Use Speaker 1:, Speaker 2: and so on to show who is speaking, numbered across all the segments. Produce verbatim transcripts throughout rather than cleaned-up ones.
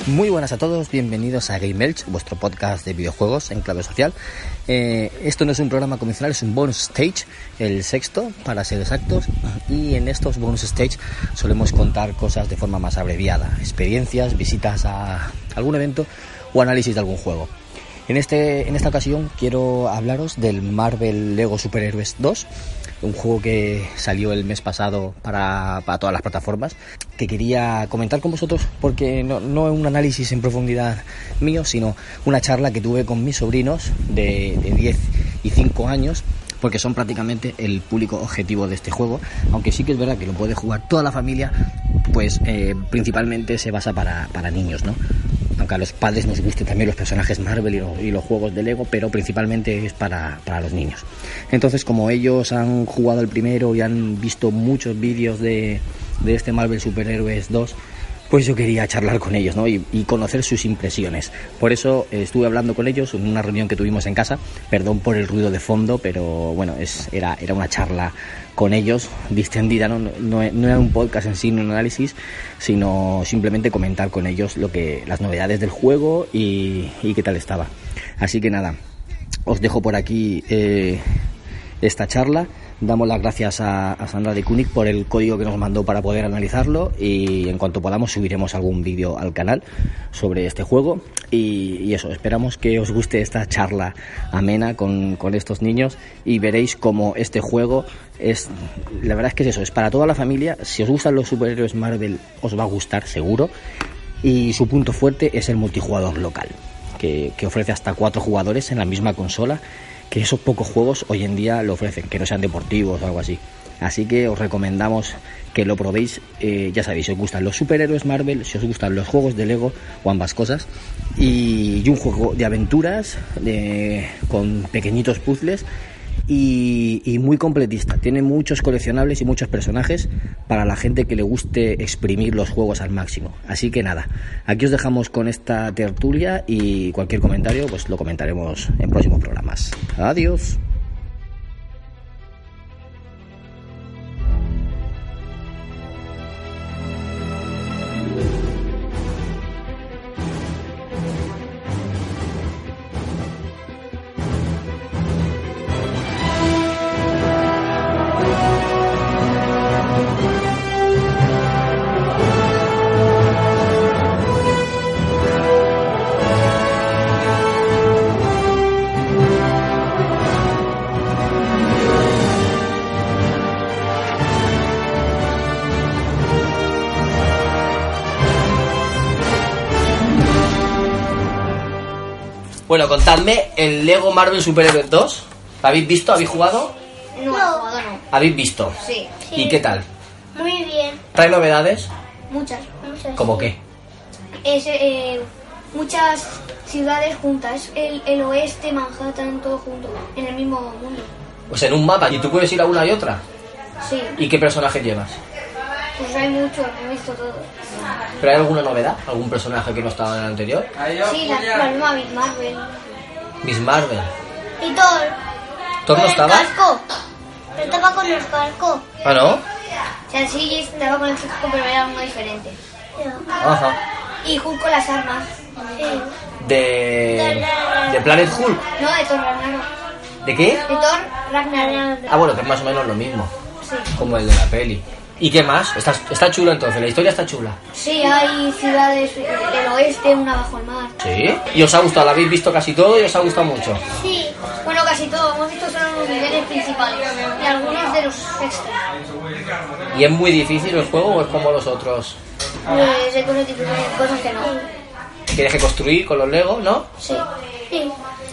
Speaker 1: Muy buenas a todos, bienvenidos a Game Elch, vuestro podcast de videojuegos en clave social. Eh, esto no es un programa convencional, es un bonus stage, el sexto para ser exactos, y en estos bonus stage solemos contar cosas de forma más abreviada, experiencias, visitas a algún evento o análisis de algún juego. En, este, en esta ocasión quiero hablaros del Marvel Lego Superhéroes dos, un juego que salió el mes pasado para, para todas las plataformas, que quería comentar con vosotros porque no, no es un análisis en profundidad mío, sino una charla que tuve con mis sobrinos de, de diez y cinco años, porque son prácticamente el público objetivo de este juego, aunque sí que es verdad que lo puede jugar toda la familia, pues eh, principalmente se basa para, para niños, ¿no? Aunque a los padres nos gusten también los personajes Marvel y, lo, y los juegos de Lego, pero principalmente es para, para los niños. Entonces, como ellos han jugado el primero y han visto muchos vídeos de, de este Marvel Superhéroes dos, pues yo quería charlar con ellos, ¿no? y, y conocer sus impresiones. Por eso eh, estuve hablando con ellos en una reunión que tuvimos en casa. Perdón por el ruido de fondo, pero bueno, es, era, era una charla con ellos distendida, ¿no? No, no, no era un podcast en sí, no un análisis, sino simplemente comentar con ellos lo que, las novedades del juego y, y qué tal estaba. Así que nada, os dejo por aquí eh, esta charla. Damos las gracias a, a Sandra de Kunik por el código que nos mandó para poder analizarlo, y en cuanto podamos subiremos algún vídeo al canal sobre este juego, y, y eso, esperamos que os guste esta charla amena con, con estos niños, y veréis cómo este juego es, la verdad es que es eso, es para toda la familia. Si os gustan los superhéroes Marvel os va a gustar seguro, y su punto fuerte es el multijugador local, que, que ofrece hasta cuatro jugadores en la misma consola, que esos pocos juegos hoy en día lo ofrecen, que no sean deportivos o algo así. Así que os recomendamos que lo probéis. Eh, ya sabéis, si os gustan los superhéroes Marvel, si os gustan los juegos de Lego o ambas cosas, y, y un juego de aventuras de, con pequeñitos puzzles y, y muy completista. Tiene muchos coleccionables y muchos personajes para la gente que le guste exprimir los juegos al máximo. Así que nada, aquí os dejamos con esta tertulia, y cualquier comentario pues lo comentaremos en próximos programas. Adiós. Bueno, contadme el Lego Marvel Superhéroes dos. ¿Lo habéis visto? ¿Habéis jugado?
Speaker 2: No, jugado no.
Speaker 1: ¿Habéis visto?
Speaker 2: Sí.
Speaker 1: ¿Y
Speaker 2: sí.
Speaker 1: qué tal?
Speaker 2: Muy bien.
Speaker 1: ¿Trae novedades?
Speaker 2: Muchas, muchas.
Speaker 1: ¿Cómo qué?
Speaker 2: Es, eh, muchas ciudades juntas. El, el oeste, Manhattan, todo junto. En el mismo mundo.
Speaker 1: Pues en un mapa. ¿Y tú puedes ir a una y otra?
Speaker 2: Sí.
Speaker 1: ¿Y qué personaje llevas?
Speaker 2: Pues hay muchos, he visto todo.
Speaker 1: ¿Pero hay alguna novedad? ¿Algún personaje que no estaba en el anterior?
Speaker 2: Sí, la, la misma Miss Marvel.
Speaker 1: Miss Marvel.
Speaker 2: Y Thor.
Speaker 1: ¿Thor no
Speaker 2: Con
Speaker 1: estaba?
Speaker 2: el casco. Pero estaba con el casco.
Speaker 1: ¿Ah, no?
Speaker 2: O sea, sí, estaba con el casco, pero era uno diferente.
Speaker 1: Ajá.
Speaker 2: Y Hulk con las armas. Sí.
Speaker 1: De... ¿De Planet Hulk?
Speaker 2: No, de Thor Ragnarok.
Speaker 1: ¿De qué?
Speaker 2: De Thor Ragnarok.
Speaker 1: Ah, bueno, que es más o menos lo mismo.
Speaker 2: Sí.
Speaker 1: Como el de la peli. ¿Y qué más? Está, está chulo entonces, la historia está chula.
Speaker 2: Sí, hay ciudades del oeste, una bajo el mar.
Speaker 1: ¿Sí? ¿Y os ha gustado? ¿La habéis visto casi todo y os ha gustado mucho?
Speaker 2: Sí, bueno, casi todo. Hemos visto solo los niveles principales y algunos de los extras.
Speaker 1: ¿Y es muy difícil el juego o es como los otros?
Speaker 2: Pues hay cosas difíciles, cosas que no.
Speaker 1: Tienes que construir con los Legos, ¿no?
Speaker 2: Sí. Sí.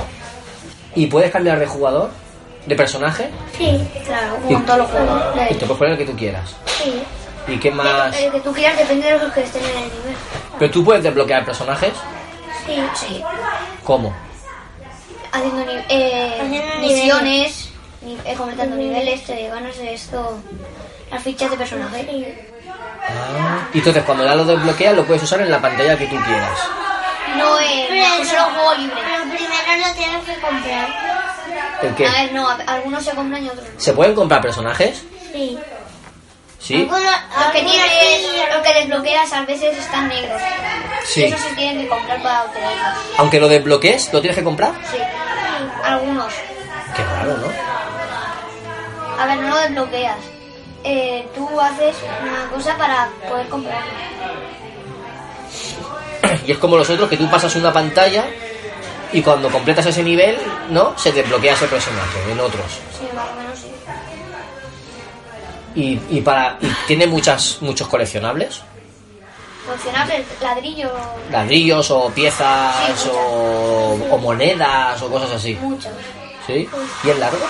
Speaker 1: ¿Y puedes cambiar de jugador? ¿De personaje?
Speaker 2: Sí, claro, como en todos los juegos.
Speaker 1: Y te puedes poner el que tú quieras.
Speaker 2: Sí.
Speaker 1: ¿Y qué más?
Speaker 2: El que tú quieras depende de los que estén en el nivel.
Speaker 1: ¿Pero tú puedes desbloquear personajes?
Speaker 2: Sí, sí.
Speaker 1: ¿Cómo?
Speaker 2: Haciendo, ni eh,
Speaker 3: Haciendo
Speaker 2: misiones, ni eh, completando niveles, te ganas esto, las fichas de personaje.
Speaker 1: Ah. Y entonces cuando ya lo desbloqueas lo puedes usar en la pantalla que tú quieras.
Speaker 2: No es
Speaker 3: Pero
Speaker 2: solo un juego libre.
Speaker 3: Pero primero lo tienes que comprar.
Speaker 1: ¿El qué?
Speaker 2: A ver, no, algunos se compran y otros no.
Speaker 1: ¿Se pueden comprar personajes?
Speaker 2: Sí.
Speaker 1: Sí.
Speaker 3: Algunos-
Speaker 2: Los que
Speaker 3: algunos
Speaker 2: tienes,
Speaker 3: sí,
Speaker 2: los que desbloqueas a veces están negros.
Speaker 1: Sí.
Speaker 2: Y eso se tienen que comprar para obtenerlos.
Speaker 1: Aunque lo desbloquees, ¿lo tienes que comprar?
Speaker 2: Sí, algunos.
Speaker 1: Qué raro, ¿no?
Speaker 2: A ver, no lo desbloqueas. Eh, tú haces una cosa para poder comprarlo.
Speaker 1: Y es como los otros, que tú pasas una pantalla y cuando completas ese nivel, ¿no? Se desbloquea ese personaje en otros.
Speaker 2: Sí, más o menos sí.
Speaker 1: Y, y para y tiene muchas muchos coleccionables,
Speaker 2: Coleccionables, ladrillos,
Speaker 1: ladrillos o piezas
Speaker 2: Sí, muchas.
Speaker 1: o, o monedas o cosas así.
Speaker 2: muchos.
Speaker 1: ¿Sí? ¿Y es largo?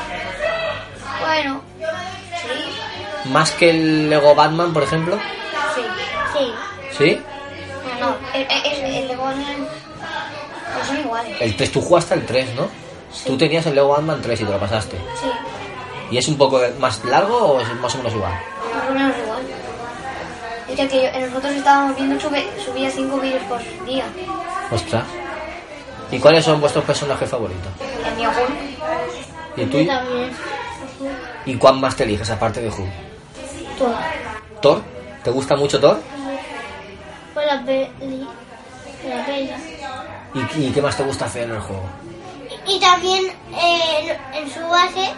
Speaker 2: Bueno, sí,
Speaker 1: Más que el Lego Batman, por ejemplo.
Speaker 2: sí, sí.
Speaker 1: ¿Sí?
Speaker 2: No, no, el, el, el de Batman pues son iguales.
Speaker 1: El tres, tú jugaste el tres, ¿no?
Speaker 2: Sí.
Speaker 1: Tú tenías el Lego Batman tres y te lo pasaste.
Speaker 2: Sí,
Speaker 1: ¿Y es un poco más largo o es más o menos igual?
Speaker 2: más o menos igual. Es que, que yo- nosotros estábamos viendo, sube, subía cinco vídeos por día.
Speaker 1: Ostras. ¿Y cuáles son vuestros personajes favoritos?
Speaker 2: En mi abuelo.
Speaker 1: ¿Y tú?
Speaker 3: Yo también.
Speaker 1: ¿Y cuál más te eliges aparte de Hulk?
Speaker 2: Todo.
Speaker 1: ¿Thor? ¿Te gusta mucho Thor?
Speaker 3: Por la peli. La peli.
Speaker 1: ¿Y, y qué más te gusta hacer en el juego?
Speaker 3: Y también eh, en, en su base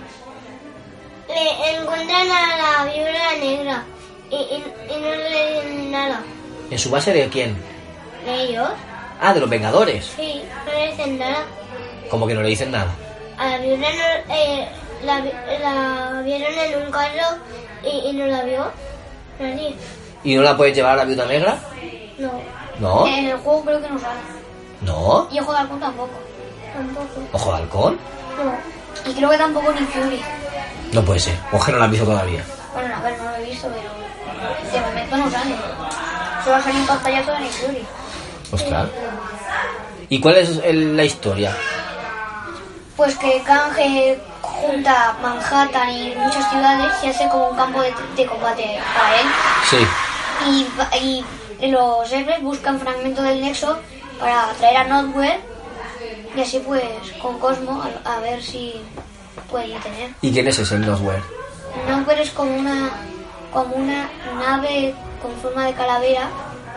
Speaker 3: le encuentran a la víbora negra y, y, y no le dicen nada.
Speaker 1: ¿En su base de quién?
Speaker 3: ¿De ellos?
Speaker 1: Ah, de los Vengadores.
Speaker 3: Sí, no le dicen nada.
Speaker 1: Como que no le dicen nada.
Speaker 3: A la víbora no, eh, la, vi- la vieron en un carro y, y no la vio nadie.
Speaker 1: ¿Y no la puedes llevar a la Viuda Negra?
Speaker 3: No,
Speaker 1: ¿No?
Speaker 2: En el juego creo que no sale.
Speaker 1: ¿No?
Speaker 2: Y Ojo de Halcón tampoco.
Speaker 3: tampoco.
Speaker 1: ¿Ojo de Halcón?
Speaker 3: No.
Speaker 2: Y creo que tampoco ni Fury.
Speaker 1: No puede ser. Ojo, no la han visto todavía.
Speaker 2: Bueno, a ver, no lo he visto, pero de momento no sale. Solo ha salido un pantallazo de Nick Fury.
Speaker 1: Ostras. ¿Y cuál es el- la historia?
Speaker 2: Pues que Kang eh, junta Manhattan y muchas ciudades y hace como un campo de, de combate para él.
Speaker 1: Sí.
Speaker 2: Y, va- y los héroes buscan fragmentos del Nexo para traer a Nowhere y así pues con Cosmo a, a ver si pueden tener.
Speaker 1: ¿Y quién es ese Nosware?
Speaker 2: Nowhere es como una como una nave con forma de calavera.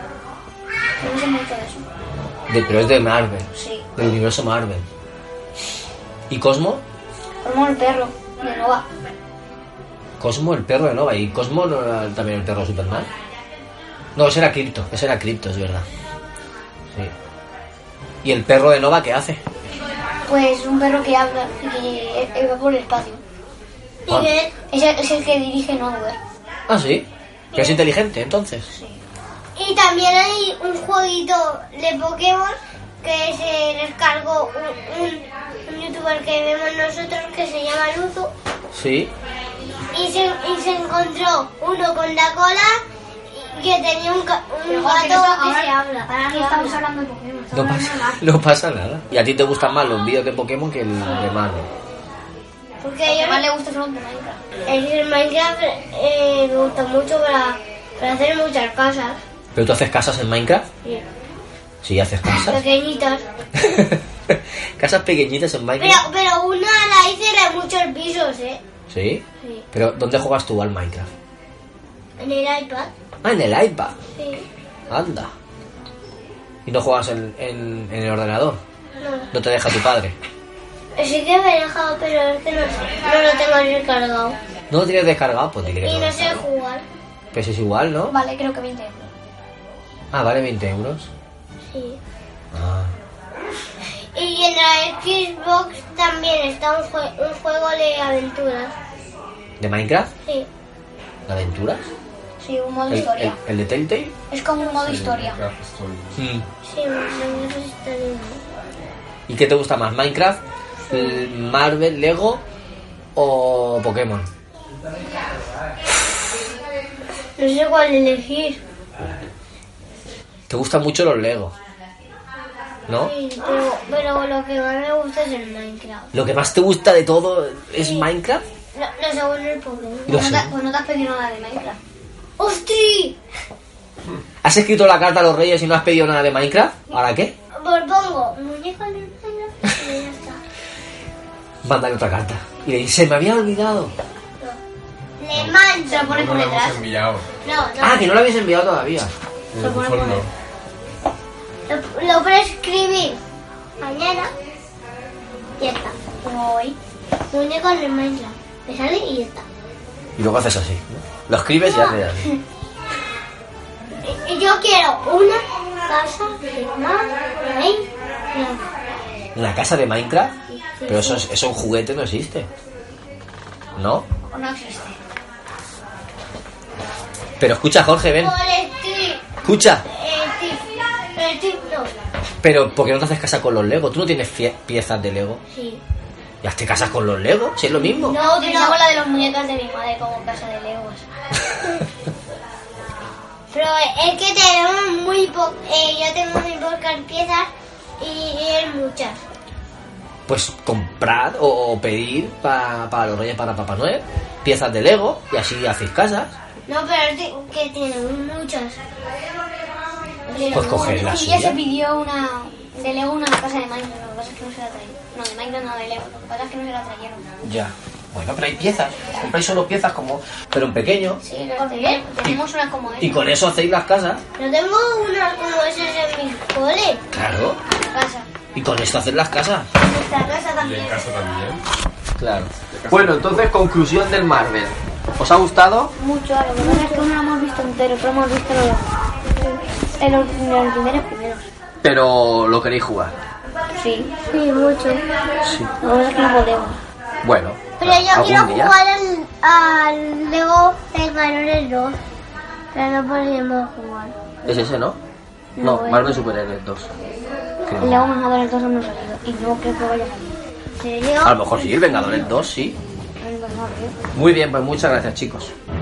Speaker 2: No sé mucho de eso.
Speaker 1: De, pero es de Marvel.
Speaker 2: Sí.
Speaker 1: Del universo Marvel. ¿Y Cosmo?
Speaker 2: Como el perro de Nova.
Speaker 1: Cosmo, el perro de Nova. ¿Y Cosmo no era también el perro de Superman? No, ese era Crypto. Ese era Crypto, es verdad. Sí. ¿Y el perro de Nova qué hace?
Speaker 2: Pues un perro que habla y que eh, va por el espacio.
Speaker 1: Ah.
Speaker 3: ¿Y qué?
Speaker 2: Es el, es el que dirige Nowhere.
Speaker 1: Ah, sí. Que es inteligente, entonces.
Speaker 2: Sí.
Speaker 3: Y también hay un jueguito de Pokémon que se descargó un, un, un youtuber que vemos nosotros que se llama Luzu
Speaker 1: Sí.
Speaker 3: y se, y se encontró uno con la cola y que tenía un, ga- un
Speaker 2: Pero,
Speaker 3: gato
Speaker 2: que
Speaker 3: que
Speaker 2: ahora-
Speaker 3: se habla.
Speaker 2: Ahora que estamos hablando de Pokémon.
Speaker 1: No
Speaker 2: estamos
Speaker 1: pasa,
Speaker 2: hablando de
Speaker 1: no pasa nada. ¿Y a ti te gustan más los vídeos de Pokémon que el de Marvel?
Speaker 3: Porque
Speaker 2: Lo que
Speaker 3: yo
Speaker 2: más le gusta son los de Minecraft.
Speaker 3: el el Minecraft eh, me gusta mucho para, para hacer muchas casas.
Speaker 1: ¿Pero tú haces casas en Minecraft?
Speaker 3: Sí.
Speaker 1: Sí, haces casas.
Speaker 3: Pequeñitas.
Speaker 1: Casas pequeñitas en
Speaker 3: Pero,
Speaker 1: Minecraft.
Speaker 3: pero una la hice de muchos pisos, ¿eh?
Speaker 1: ¿Sí?
Speaker 3: Sí.
Speaker 1: ¿Pero dónde juegas tú al Minecraft?
Speaker 3: En el iPad.
Speaker 1: Ah, en el iPad.
Speaker 3: Sí.
Speaker 1: Anda. ¿Y no juegas en, en, en el ordenador?
Speaker 3: No.
Speaker 1: ¿No te deja tu padre?
Speaker 3: Sí que me he dejado, pero es que no, no lo tengo recargado.
Speaker 1: ¿No lo tienes descargado? Pues dile que
Speaker 3: Y
Speaker 1: no.
Speaker 3: no sé jugar.
Speaker 1: Pues es igual, ¿no?
Speaker 2: Vale, creo que veinte euros.
Speaker 1: Ah, vale veinte euros.
Speaker 3: Sí.
Speaker 1: Ah.
Speaker 3: Y en la Xbox también está un, jue- un juego de aventuras.
Speaker 1: ¿De Minecraft?
Speaker 3: Sí.
Speaker 1: ¿De aventuras?
Speaker 2: Sí, un modo
Speaker 1: ¿El,
Speaker 2: historia.
Speaker 1: el, el de Telltale?
Speaker 2: Es como un modo historia.
Speaker 1: Mm.
Speaker 3: Sí, Minecraft está bien.
Speaker 1: ¿Y qué te gusta más? ¿Minecraft, el Marvel, Lego o Pokémon?
Speaker 3: No sé cuál elegir.
Speaker 1: Te gustan mucho los Lego, ¿no?
Speaker 3: Sí, pero, pero lo que más me gusta es el Minecraft.
Speaker 1: ¿Lo que más te gusta de todo es
Speaker 3: Sí.
Speaker 1: Minecraft?
Speaker 3: Lo, lo segundo es el Pokémon.
Speaker 1: Lo
Speaker 2: Pues no,
Speaker 1: sé.
Speaker 2: te, pues no te has pedido nada de Minecraft.
Speaker 3: ¡Hostri!
Speaker 1: ¿Has escrito la carta a los reyes y no has pedido nada de Minecraft? ¿Ahora qué?
Speaker 3: Pues pongo muñeco de Minecraft y ya está.
Speaker 1: Mándale otra carta. Y le dice, se me había olvidado.
Speaker 3: Le
Speaker 2: Se lo
Speaker 3: mando.
Speaker 2: pone
Speaker 4: No
Speaker 2: por
Speaker 4: lo hemos
Speaker 2: detrás.
Speaker 4: enviado.
Speaker 3: No, no.
Speaker 1: Ah, que no lo habías enviado todavía.
Speaker 4: El buzón no.
Speaker 3: Lo, lo puedes escribir mañana y ya está. Como hoy. Muñeco en el Minecraft. Me sale y ya está.
Speaker 1: Y luego haces así, ¿no? Lo escribes y haces así.
Speaker 3: Yo quiero una casa de Minecraft.
Speaker 1: ¿Una casa de Minecraft?
Speaker 3: Sí, sí,
Speaker 1: Pero eso,
Speaker 3: sí.
Speaker 1: es, eso un juguete no existe. ¿No?
Speaker 2: No existe.
Speaker 1: Pero escucha, Jorge, ven.
Speaker 3: Por el tip.
Speaker 1: Escucha.
Speaker 3: El tip. El tip no.
Speaker 1: Pero, ¿por qué no te haces casa con los Lego? ¿Tú no tienes fie- piezas de Lego?
Speaker 3: Sí.
Speaker 1: ¿Y hazte casas con los Lego? Si es lo mismo.
Speaker 2: No, utilizamos la de los muñecos de mi madre como casa de legos.
Speaker 3: Pero es que tenemos muy po eh, yo tengo muy pocas piezas y, y él muchas.
Speaker 1: Pues comprad o, o pedir para pa los Reyes, para Papá Noel, piezas de Lego y así hacéis casas.
Speaker 3: No, pero es de- que tenemos muchas.
Speaker 1: Pues coger la
Speaker 2: Y ya se
Speaker 1: suya.
Speaker 2: pidió una de Lego una casa de Minecraft, lo que pasa es que no se la trajeron. No, de Minecraft no, de Lego, lo que pasa es que no se la trajeron.
Speaker 1: Ya. Bueno, pero hay piezas. Compráis solo piezas como, pero en pequeño.
Speaker 2: Sí, ¿por qué? Tenemos una como esa.
Speaker 1: Y con eso hacéis las casas.
Speaker 3: Yo tengo unas como esas en mi cole.
Speaker 1: Claro.
Speaker 2: casa.
Speaker 1: Y con esto hacéis las casas.
Speaker 3: Nuestra casa
Speaker 4: Y
Speaker 3: también.
Speaker 4: en casa también.
Speaker 1: Claro. Bueno, entonces, conclusión del Marvel. ¿Os ha gustado?
Speaker 2: Mucho, lo que pasa es que no lo hemos visto entero, pero hemos visto los, en los, en los primeros primeros.
Speaker 1: Pero lo queréis jugar.
Speaker 2: Sí,
Speaker 3: Sí, mucho.
Speaker 1: Sí.
Speaker 2: lo que pasa es que no podemos.
Speaker 1: Bueno.
Speaker 3: Pero yo
Speaker 1: ¿algún
Speaker 3: quiero
Speaker 1: día?
Speaker 3: jugar al, al Lego de Marvel dos. Pero no podemos jugar.
Speaker 1: ¿Es ese, no? No,
Speaker 2: No, eh.
Speaker 1: Marvel Superhéroes dos. Creo.
Speaker 2: El Lego Vengadores dos hemos salido y no creo que vaya a salir.
Speaker 3: ¿En serio?
Speaker 1: A lo mejor sí, el Vengadores dos, sí.
Speaker 2: No, no, no, no.
Speaker 1: Muy bien, pues muchas gracias, chicos.